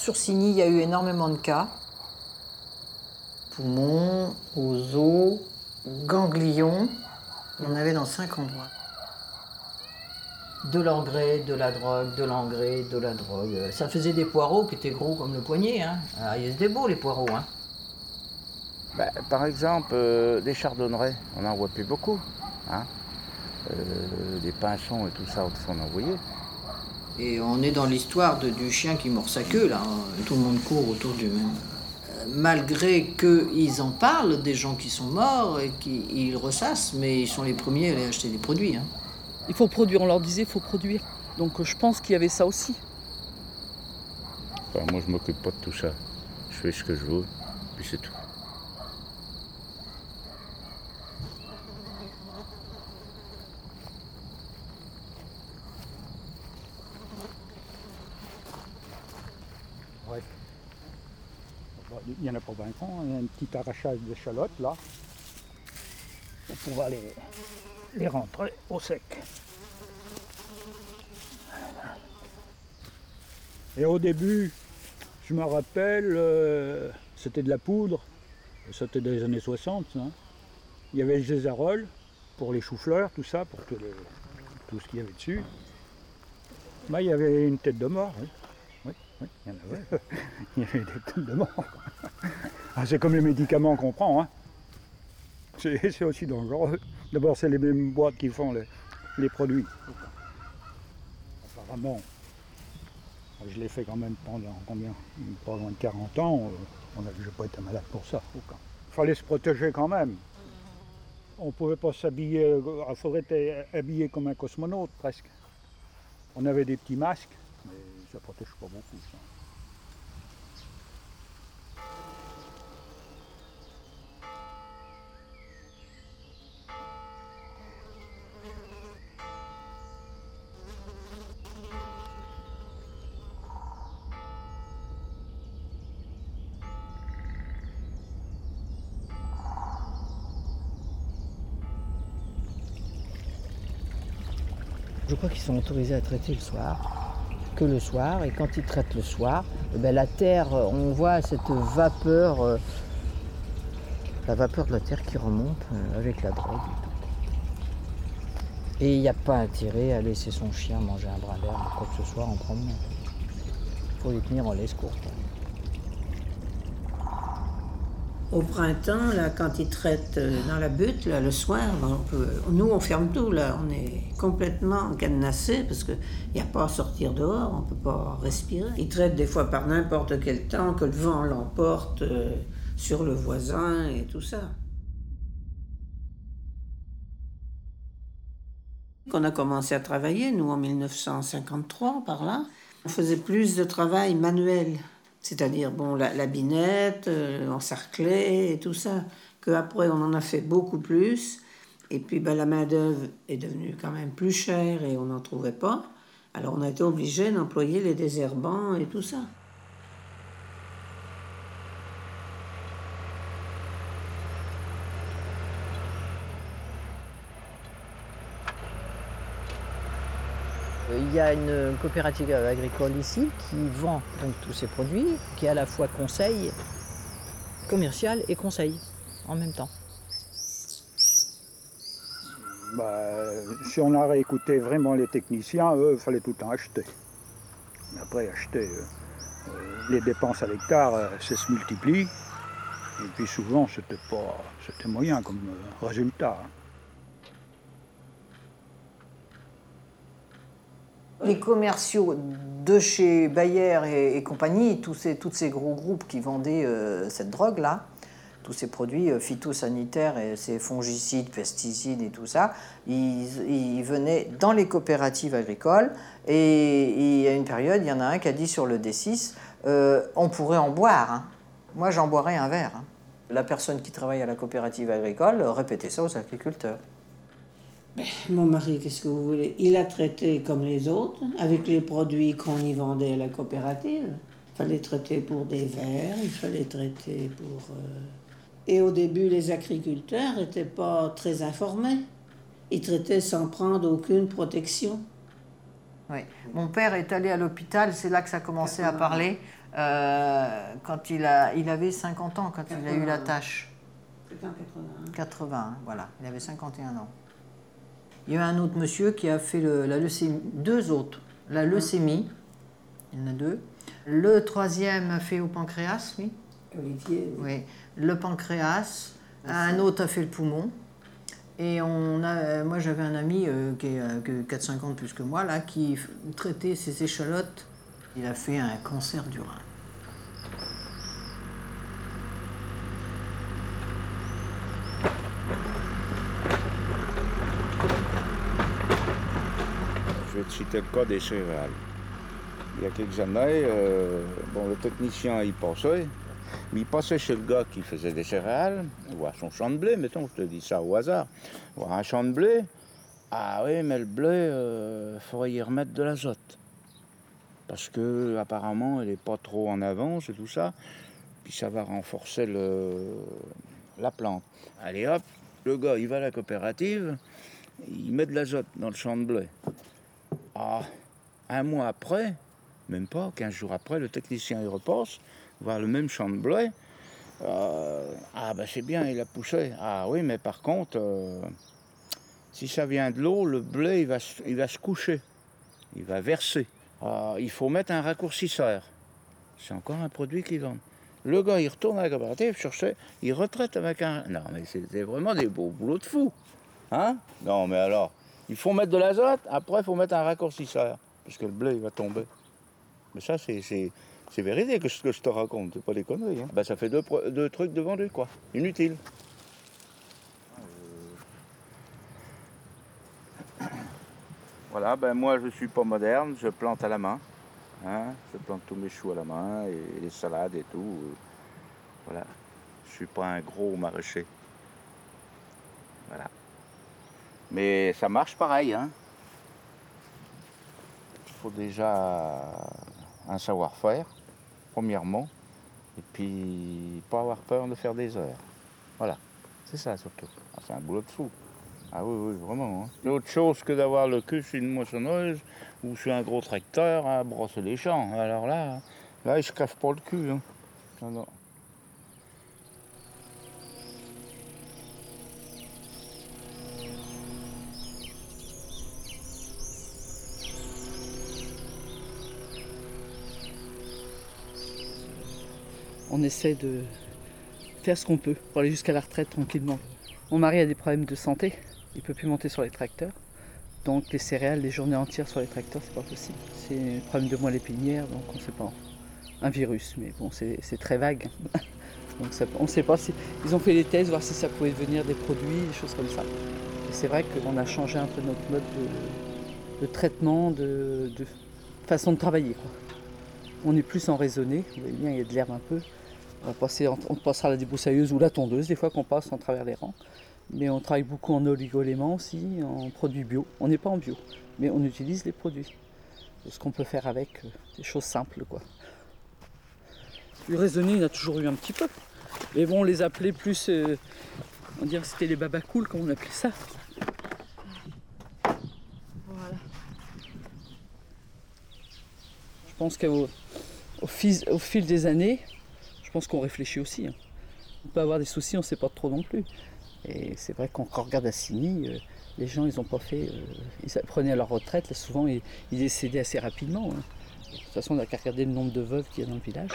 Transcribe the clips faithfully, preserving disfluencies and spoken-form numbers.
Sur Signy, il y a eu énormément de cas. Poumons, aux os, ganglions. Il y en avait dans cinq endroits. De l'engrais, de la drogue, de l'engrais, de la drogue. Ça faisait des poireaux qui étaient gros comme le poignet. Hein. Ah, ils étaient beaux, les poireaux. Hein. Bah, par exemple, euh, des chardonnerets, on n'en voit plus beaucoup. Hein. Euh, des pinsons et tout ça, on en voyait. Et on est dans l'histoire de, du chien qui mord sa queue, là. Tout le monde court autour du même. Malgré qu'ils en parlent, des gens qui sont morts et qui ils ressassent, mais ils sont les premiers à aller acheter des produits. Hein. Il faut produire, on leur disait il faut produire. Donc je pense qu'il y avait ça aussi. Enfin, moi je m'occupe pas de tout ça. Je fais ce que je veux, puis c'est tout. Ouais. Il n'y en a pas vingt ans, il y a un petit arrachage d'échalotes là. Pour pouvoir les, les rentrer au sec. Et au début, je me rappelle, euh, c'était de la poudre, c'était des années soixante. Hein. Il y avait le Gésarol pour les choux-fleurs, tout ça, pour tout, le, tout ce qu'il y avait dessus. Bah, il y avait une tête de mort, oui. Oui, oui, il y en avait. Il y avait des têtes de mort. Ah, c'est comme les médicaments qu'on prend, hein. C'est, c'est aussi dangereux. D'abord, c'est les mêmes boîtes qui font les, les produits. Apparemment, je l'ai fait quand même pendant combien, pas loin de quarante ans. Je n'ai pas été malade pour ça. Il fallait se protéger quand même. On ne pouvait pas s'habiller, il faudrait être habillé comme un cosmonaute presque. On avait des petits masques, mais ça ne protège pas beaucoup. Ça. Je crois qu'ils sont autorisés à traiter le soir, que le soir, et quand ils traitent le soir, eh bien, la terre, on voit cette vapeur, euh, la vapeur de la terre qui remonte euh, avec la drogue. Et il n'y a pas intérêt à laisser son chien manger un brin d'herbe ou quoi que ce soit en promenade. Il faut les tenir en laisse courte. Au printemps, là, quand ils traitent dans la butte, là, le soir, on peut, nous on ferme tout, là, on est complètement cadenassé parce qu'il n'y a pas à sortir dehors, on ne peut pas respirer. Ils traitent des fois par n'importe quel temps, que le vent l'emporte euh, sur le voisin et tout ça. Quand on a commencé à travailler, nous en mille neuf cent cinquante-trois, par là, on faisait plus de travail manuel. C'est-à-dire, bon, la, la binette, euh, encerclée et tout ça, qu'après on en a fait beaucoup plus. Et puis ben, la main-d'œuvre est devenue quand même plus chère et on n'en trouvait pas. Alors on a été obligé d'employer les désherbants et tout ça. Il y a une coopérative agricole ici qui vend donc tous ces produits, qui est à la fois conseil commercial et conseil en même temps. Bah, si on a réécouté vraiment les techniciens, eux, il fallait tout le temps acheter. Mais après, acheter, euh, les dépenses à l'hectare, euh, ça se multiplie. Et puis souvent, c'était pas, c'était moyen comme euh, résultat. Hein. Les commerciaux de chez Bayer et, et compagnie, tous ces, tous ces gros groupes qui vendaient euh, cette drogue-là, tous ces produits euh, phytosanitaires et ces fongicides, pesticides et tout ça, ils, ils venaient dans les coopératives agricoles et, et à une période, il y en a un qui a dit sur le D six, euh, on pourrait en boire. Hein. Moi, j'en boirais un verre. Hein. La personne qui travaille à la coopérative agricole répétait ça aux agriculteurs. Ben, mon mari, qu'est-ce que vous voulez? Il a traité comme les autres, avec les produits qu'on y vendait à la coopérative. Il fallait traiter pour des vers, il fallait traiter pour... Euh... Et au début, les agriculteurs n'étaient pas très informés. Ils traitaient sans prendre aucune protection. Oui. Mon père est allé à l'hôpital, c'est là que ça commençait à parler. euh, quand il, a, il avait cinquante ans, quand il a eu la tâche. C'était en quatre-vingt-un. quatre-vingts, voilà, il avait cinquante et un ans. Il y a eu un autre monsieur qui a fait le, la leucémie, deux autres, la leucémie, il y en a deux. Le troisième a fait au pancréas, oui. Olivier. Oui, le pancréas, un autre a fait le poumon. Et on a, moi j'avais un ami euh, qui a quatre cinq ans de plus que moi, là, qui traitait ses échalotes. Il a fait un cancer du rein. Je vais te citer le cas des céréales. Il y a quelques années, euh, bon, le technicien il passait, mais il passait chez le gars qui faisait des céréales, voir son champ de blé, mettons, je te dis ça au hasard, voir un champ de blé. Ah oui, mais le blé, il euh, faudrait y remettre de l'azote. Parce que apparemment, elle n'est pas trop en avance et tout ça, puis ça va renforcer le, la plante. Allez hop, le gars il va à la coopérative, il met de l'azote dans le champ de blé. Ah, un mois après, même pas, quinze jours après, le technicien il repasse, voir le même champ de blé. Euh, ah ben c'est bien, il a poussé. Ah oui, mais par contre, euh, si ça vient de l'eau, le blé il va, il va se coucher, il va verser. Ah, il faut mettre un raccourcisseur. C'est encore un produit qu'ils vendent. Le gars il retourne à la coopérative, chercher, il retraite avec un... Non mais c'était vraiment des beaux boulots de fou. Hein? Non mais alors, il faut mettre de l'azote, après il faut mettre un raccourcisseur, parce que le blé il va tomber. Mais ça, c'est, c'est, c'est véridique que ce que je te raconte, c'est pas des conneries. Hein. Ben, ça fait deux, deux trucs de vendus, quoi. Inutile. Voilà, ben moi je suis pas moderne, je plante à la main. Hein. Je plante tous mes choux à la main, et les salades et tout. Voilà. Je suis pas un gros maraîcher. Voilà. Mais ça marche pareil, hein. Il faut déjà un savoir-faire, premièrement, et puis pas avoir peur de faire des heures. Voilà, c'est ça surtout. Ah, c'est un boulot de fou. Ah oui, oui, vraiment. Hein. C'est autre chose que d'avoir le cul sur une moissonneuse ou sur un gros tracteur à brosser les champs. Alors là, là, il se casse pas le cul. Hein. Non, non. On essaie de faire ce qu'on peut pour aller jusqu'à la retraite tranquillement. Mon mari a des problèmes de santé, il ne peut plus monter sur les tracteurs. Donc les céréales, les journées entières sur les tracteurs, c'est pas possible. C'est un problème de moelle épinière, donc on ne sait pas. Un virus, mais bon, c'est, c'est très vague. Donc ça, on ne sait pas si... Ils ont fait des tests, voir si ça pouvait devenir des produits, des choses comme ça. Et c'est vrai qu'on a changé un peu notre mode de, de traitement, de, de façon de travailler, quoi. On est plus en raisonné, vous voyez bien, il y a de l'herbe un peu. On, va passer, on passera la débroussailleuse ou la tondeuse, des fois qu'on passe en travers les rangs. Mais on travaille beaucoup en oligoéléments aussi, en produits bio. On n'est pas en bio, mais on utilise les produits. Ce qu'on peut faire avec, des choses simples, quoi. Le raisonné, il y en a toujours eu un petit peu. Mais bon, on les appelait plus, euh, on dirait que c'était les babacools, comme on appelait ça. Voilà. Je pense qu'au au fil, au fil des années, je pense qu'on réfléchit aussi. Hein. On peut avoir des soucis, on ne sait pas trop non plus. Et c'est vrai qu'on regarde Assigny, euh, les gens, ils ont pas fait, euh, ils prenaient leur retraite, là, souvent ils, ils décédaient assez rapidement. Hein. De toute façon, on n'a qu'à regarder le nombre de veuves qu'il y a dans le village.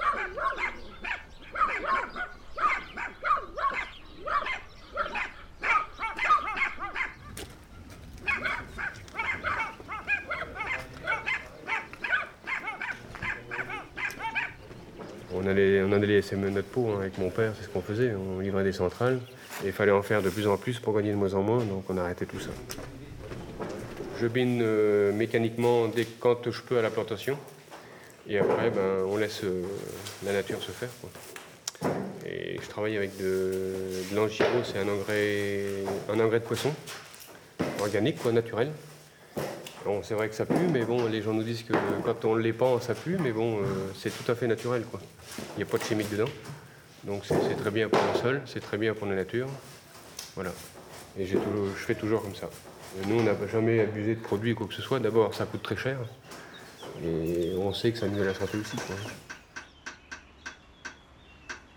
On allait, on allait laisser notre peau hein, avec mon père, c'est ce qu'on faisait, on livrait des centrales. Et il fallait en faire de plus en plus pour gagner de moins en moins, donc on a arrêté tout ça. Je bine euh, mécaniquement dès quand je peux à la plantation. Et après, ben, on laisse euh, la nature se faire, quoi. Et je travaille avec de, de l'angiro, c'est un engrais, un engrais de poisson, organique, quoi, naturel. Bon, c'est vrai que ça pue, mais bon, les gens nous disent que quand on les pend, ça pue, mais bon, euh, c'est tout à fait naturel, quoi. Il n'y a pas de chimique dedans. Donc c'est, c'est très bien pour le sol, c'est très bien pour la nature. Voilà. Et j'ai toujours, je fais toujours comme ça. Et nous, on n'a jamais abusé de produits ou quoi que ce soit. D'abord, ça coûte très cher. Et on sait que ça nuit à la santé aussi, quoi.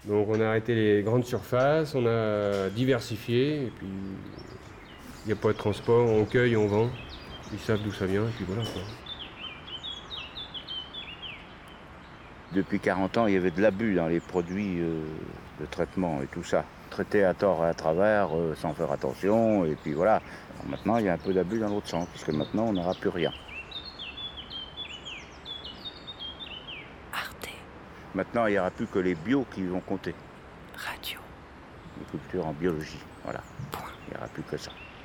Donc on a arrêté les grandes surfaces, on a diversifié, et puis il n'y a pas de transport, on cueille, on vend, ils savent d'où ça vient, et puis voilà quoi. Depuis quarante ans, il y avait de l'abus dans les produits euh, de traitement et tout ça. Traité à tort et à travers, euh, sans faire attention, et puis voilà. Alors maintenant, il y a un peu d'abus dans l'autre sens, parce que maintenant, on n'aura plus rien. Arte. Maintenant, il n'y aura plus que les bio qui vont compter. Radio. Les cultures en biologie, voilà. Point. Il n'y aura plus que ça.